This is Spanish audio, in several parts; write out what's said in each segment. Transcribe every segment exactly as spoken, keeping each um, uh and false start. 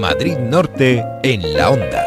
Madrid Norte en la Onda.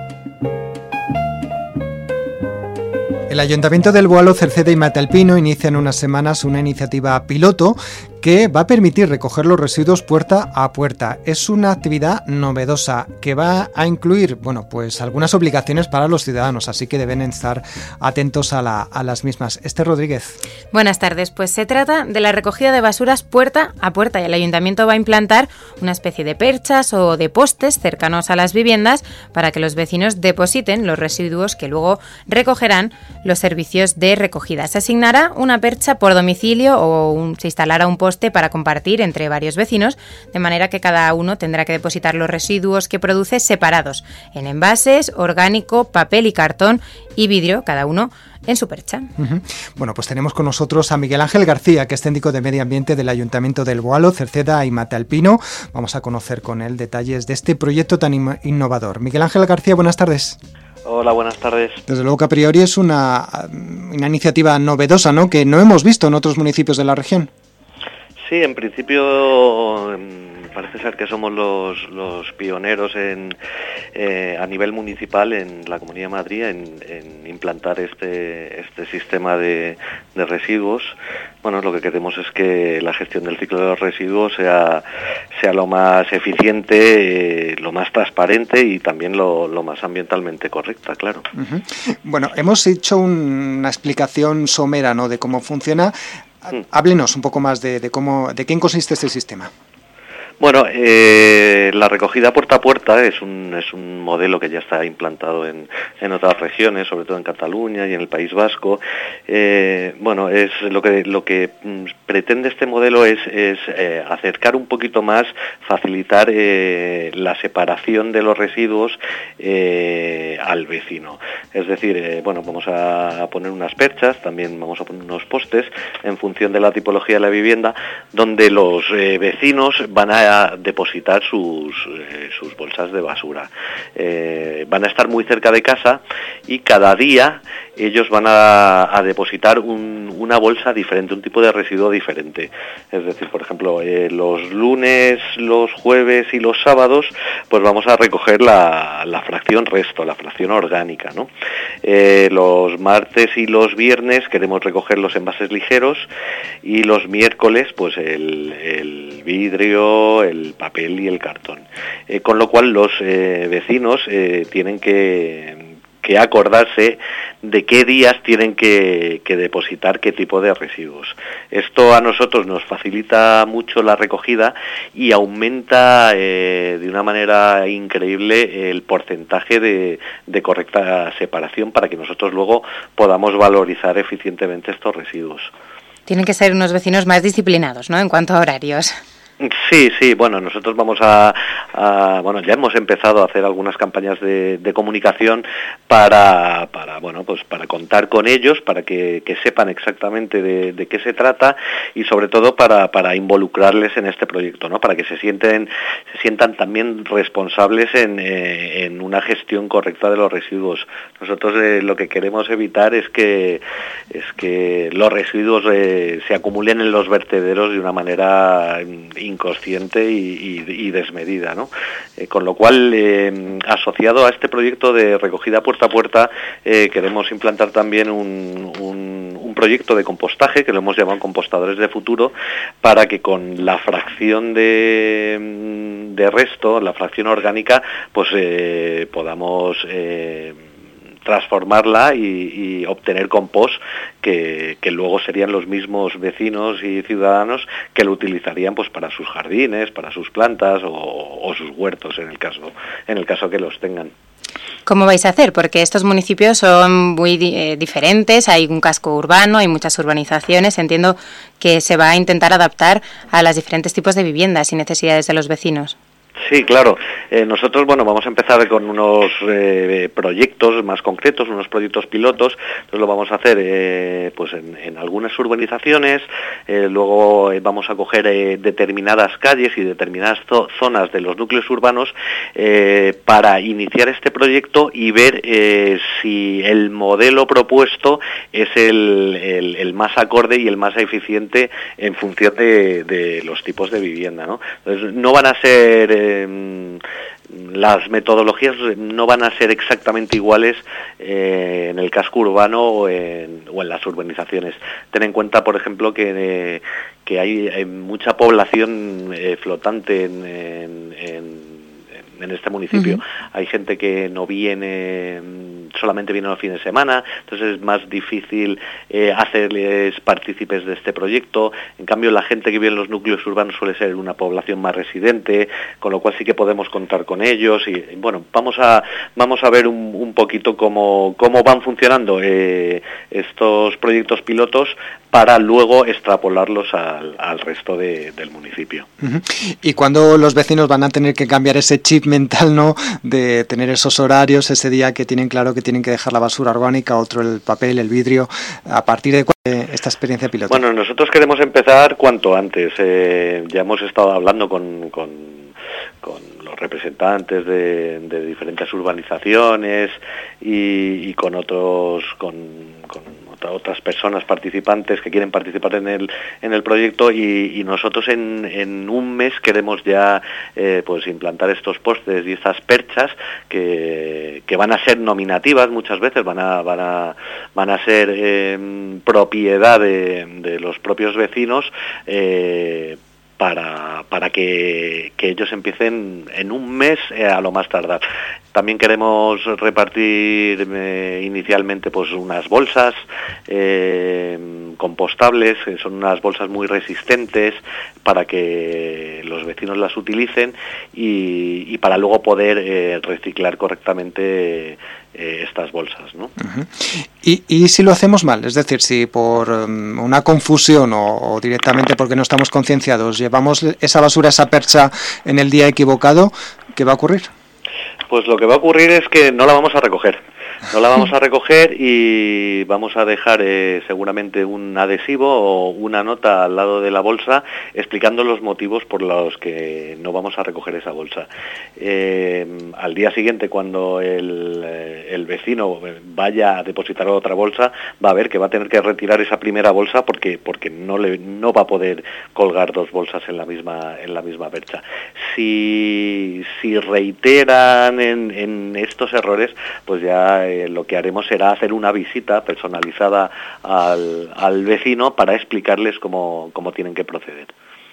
El Ayuntamiento del Boalo, Cerceda y Matalpino inician unas semanas una iniciativa piloto que va a permitir recoger los residuos puerta a puerta. Es una actividad novedosa que va a incluir, bueno, pues algunas obligaciones para los ciudadanos, así que deben estar atentos a, la, a las mismas. Esther Rodríguez. Buenas tardes. Pues se trata de la recogida de basuras puerta a puerta y el Ayuntamiento va a implantar una especie de perchas o de postes cercanos a las viviendas para que los vecinos depositen los residuos que luego recogerán los servicios de recogida. Se asignará una percha por domicilio o un, se instalará un poste para compartir entre varios vecinos, de manera que cada uno tendrá que depositar los residuos que produce separados, en envases, orgánico, papel y cartón y vidrio, cada uno en su percha. Uh-huh. Bueno, pues tenemos con nosotros a Miguel Ángel García, que es técnico de Medio Ambiente del Ayuntamiento del Boalo, Cerceda y Matalpino. Vamos a conocer con él detalles de este proyecto tan in- innovador. Miguel Ángel García, buenas tardes. Hola, buenas tardes. Desde luego que a priori es una, una iniciativa novedosa, ¿no?, que no hemos visto en otros municipios de la región. Sí, en principio parece ser que somos los, los pioneros en, eh, a nivel municipal en la Comunidad de Madrid en, en implantar este, este sistema de, de residuos. Bueno, lo que queremos es que la gestión del ciclo de los residuos sea, sea lo más eficiente, eh, lo más transparente y también lo, lo más ambientalmente correcta, claro. Uh-huh. Bueno, hemos hecho un, una explicación somera, ¿no?, de cómo funciona. Háblenos un poco más de, de cómo, de qué consiste este sistema. Bueno, eh, la recogida puerta a puerta es un, es un modelo que ya está implantado en, en otras regiones, sobre todo en Cataluña y en el País Vasco. Eh, bueno, es lo que lo que pretende este modelo es, es eh, acercar un poquito más, facilitar eh, la separación de los residuos eh, al vecino. Es decir, eh, bueno, vamos a poner unas perchas, también vamos a poner unos postes en función de la tipología de la vivienda, donde los eh, vecinos van a a depositar sus, eh, sus bolsas de basura. Eh, van a estar muy cerca de casa y cada día ellos van a, a depositar un, una bolsa diferente, un tipo de residuo diferente. Es decir, por ejemplo, eh, los lunes, los jueves y los sábados, pues vamos a recoger la, la fracción resto, la fracción orgánica, ¿no? Eh, los martes y los viernes queremos recoger los envases ligeros y los miércoles, pues el, el vidrio, el papel y el cartón. Eh, con lo cual los eh, vecinos eh, tienen que... que acordarse de qué días tienen que, que depositar qué tipo de residuos. Esto a nosotros nos facilita mucho la recogida y aumenta eh, de una manera increíble el porcentaje de, de correcta separación para que nosotros luego podamos valorizar eficientemente estos residuos. Tienen que ser unos vecinos más disciplinados, ¿no?, en cuanto a horarios. Sí, sí, bueno, nosotros vamos a, a, bueno, ya hemos empezado a hacer algunas campañas de, de comunicación para, para, bueno, pues para contar con ellos, para que, que sepan exactamente de, de qué se trata y sobre todo para, para involucrarles en este proyecto, ¿no?, para que se sienten, se sientan también responsables en, eh, en una gestión correcta de los residuos. Nosotros eh, lo que queremos evitar es que, es que los residuos eh, se acumulen en los vertederos de una manera inconsciente y, y, y desmedida, ¿no? Eh, con lo cual, eh, asociado a este proyecto de recogida puerta a puerta, eh, queremos implantar también un, un, un proyecto de compostaje, que lo hemos llamado compostadores de futuro, para que con la fracción de, de resto, la fracción orgánica, pues eh, podamos... Eh, transformarla y, y obtener compost que, que luego serían los mismos vecinos y ciudadanos que lo utilizarían pues para sus jardines, para sus plantas o, o sus huertos en el caso en el caso que los tengan. ¿Cómo vais a hacer? Porque estos municipios son muy eh, diferentes, hay un casco urbano, hay muchas urbanizaciones, entiendo que se va a intentar adaptar a los diferentes tipos de viviendas y necesidades de los vecinos. Sí, claro. Eh, nosotros, bueno, vamos a empezar con unos eh, proyectos más concretos, unos proyectos pilotos. Entonces lo vamos a hacer eh, pues en, en algunas urbanizaciones, eh, luego eh, vamos a coger eh, determinadas calles y determinadas zo- zonas de los núcleos urbanos eh, para iniciar este proyecto y ver eh, si el modelo propuesto es el, el, el más acorde y el más eficiente en función de, de los tipos de vivienda, ¿no? Entonces no van a ser... Eh, las metodologías no van a ser exactamente iguales eh, en el casco urbano o en, o en las urbanizaciones. Ten en cuenta, por ejemplo, que, eh, que hay, hay mucha población eh, flotante en, en, en en este municipio. Uh-huh. Hay gente que no viene, solamente viene los fines de semana, entonces es más difícil eh, hacerles partícipes de este proyecto. En cambio, la gente que vive en los núcleos urbanos suele ser una población más residente, con lo cual sí que podemos contar con ellos. Y, y bueno, vamos a vamos a ver un, un poquito cómo, cómo van funcionando eh, estos proyectos pilotos para luego extrapolarlos al, al resto de, del municipio. Uh-huh. ¿Y cuándo los vecinos van a tener que cambiar ese chip mental, no, de tener esos horarios, ese día que tienen claro que tienen que dejar la basura orgánica, otro el papel, el vidrio? ¿A partir de cuándo esta experiencia piloto? Bueno, nosotros queremos empezar cuanto antes. Eh, ya hemos estado hablando con, con, con los representantes de, de diferentes urbanizaciones y, y con otros, con, con otras personas participantes que quieren participar en el en el proyecto y, y nosotros en, en un mes queremos ya eh, pues implantar estos postes y estas perchas que, que van a ser nominativas muchas veces, van a van a van a ser eh, propiedad de, de los propios vecinos eh, para para que, que ellos empiecen en un mes eh, a lo más tardar. También queremos repartir eh, inicialmente pues unas bolsas eh, compostables, que son unas bolsas muy resistentes para que los vecinos las utilicen y, y para luego poder eh, reciclar correctamente eh, estas bolsas, ¿no? Uh-huh. ¿Y, ¿Y si lo hacemos mal? Es decir, si por um, una confusión o, o directamente porque no estamos concienciados llevamos esa basura, esa percha en el día equivocado, ¿qué va a ocurrir? Pues lo que va a ocurrir es que no la vamos a recoger. No la vamos a recoger y vamos a dejar eh, seguramente un adhesivo o una nota al lado de la bolsa explicando los motivos por los que no vamos a recoger esa bolsa. Eh, al día siguiente, cuando el, el vecino vaya a depositar otra bolsa, va a ver que va a tener que retirar esa primera bolsa porque porque no le no va a poder colgar dos bolsas en la misma en la misma percha. Si si reiteran en, en estos errores, pues ya eh, lo que haremos será hacer una visita personalizada al, al vecino para explicarles cómo, cómo tienen que proceder.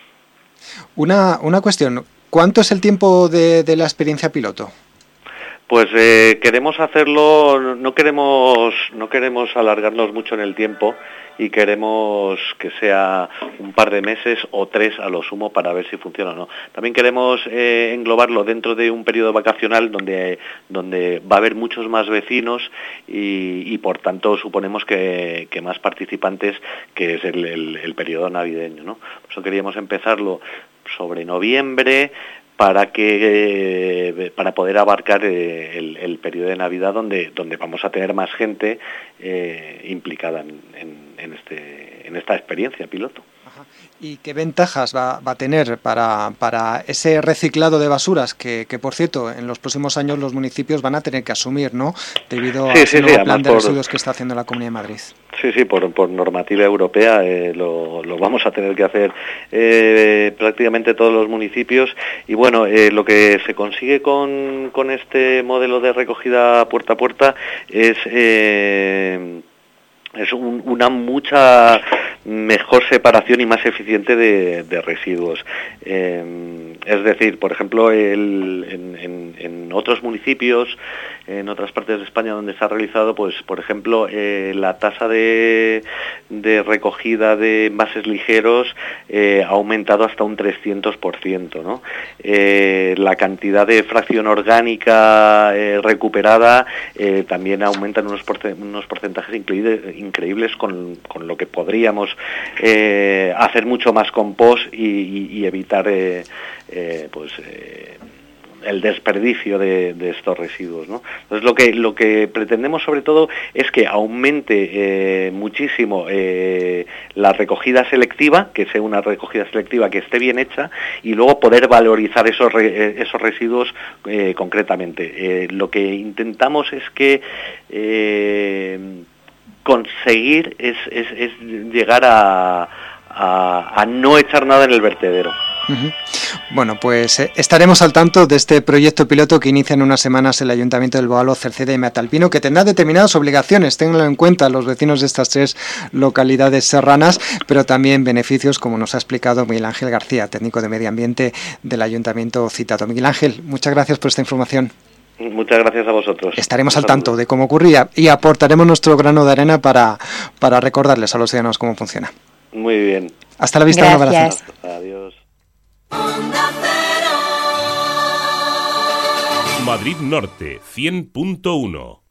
Una, una cuestión, ¿cuánto es el tiempo de, de la experiencia piloto? Pues eh, queremos hacerlo, no queremos, no queremos alargarnos mucho en el tiempo y queremos que sea un par de meses o tres a lo sumo para ver si funciona o no. También queremos eh, englobarlo dentro de un periodo vacacional donde, donde va a haber muchos más vecinos y, y por tanto suponemos que, que más participantes, que es el, el, el periodo navideño, ¿no? Por eso queríamos empezarlo sobre noviembre, para que eh, para poder abarcar eh, el, el periodo de Navidad donde donde vamos a tener más gente eh, implicada en, en, en este en esta experiencia piloto. Ajá. ¿Y qué ventajas va, va a tener para, para ese reciclado de basuras que, que, por cierto, en los próximos años los municipios van a tener que asumir, ¿no? Debido sí, a ese sí, nuevo sí, plan de por, residuos que está haciendo la Comunidad de Madrid. Sí, sí, por, por normativa europea eh, lo, lo vamos a tener que hacer eh, prácticamente todos los municipios. Y bueno, eh, lo que se consigue con, con este modelo de recogida puerta a puerta es... Eh, es un, una mucha mejor separación y más eficiente de, de residuos. Eh, es decir, por ejemplo, el, en, en, en otros municipios, en otras partes de España donde se ha realizado, pues por ejemplo, eh, la tasa de, de recogida de envases ligeros eh, ha aumentado hasta un trescientos por ciento, ¿no? Eh, la cantidad de fracción orgánica eh, recuperada eh, también aumenta en unos, porce- unos porcentajes increíbles, increíbles con, con lo que podríamos eh, hacer mucho más compost y, y, y evitar eh, eh, pues eh, el desperdicio de, de estos residuos, ¿no? Entonces lo que lo que pretendemos sobre todo es que aumente eh, muchísimo eh, la recogida selectiva, que sea una recogida selectiva que esté bien hecha y luego poder valorizar esos re, esos residuos eh, concretamente. Eh, lo que intentamos es que eh, conseguir es, es, es llegar a, a, a no echar nada en el vertedero. Uh-huh. Bueno, pues eh, estaremos al tanto de este proyecto piloto que inicia en unas semanas el Ayuntamiento del Boalo, Cerceda y Matalpino, que tendrá determinadas obligaciones, ténganlo en cuenta los vecinos de estas tres localidades serranas, pero también beneficios, como nos ha explicado Miguel Ángel García, técnico de Medio Ambiente del Ayuntamiento citado. Miguel Ángel, muchas gracias por esta información. Muchas gracias a vosotros. Estaremos al tanto de cómo ocurría y aportaremos nuestro grano de arena para, para recordarles a los ciudadanos cómo funciona. Muy bien. Hasta la vista, gracias. un abrazo. Adiós. Madrid Norte cien punto uno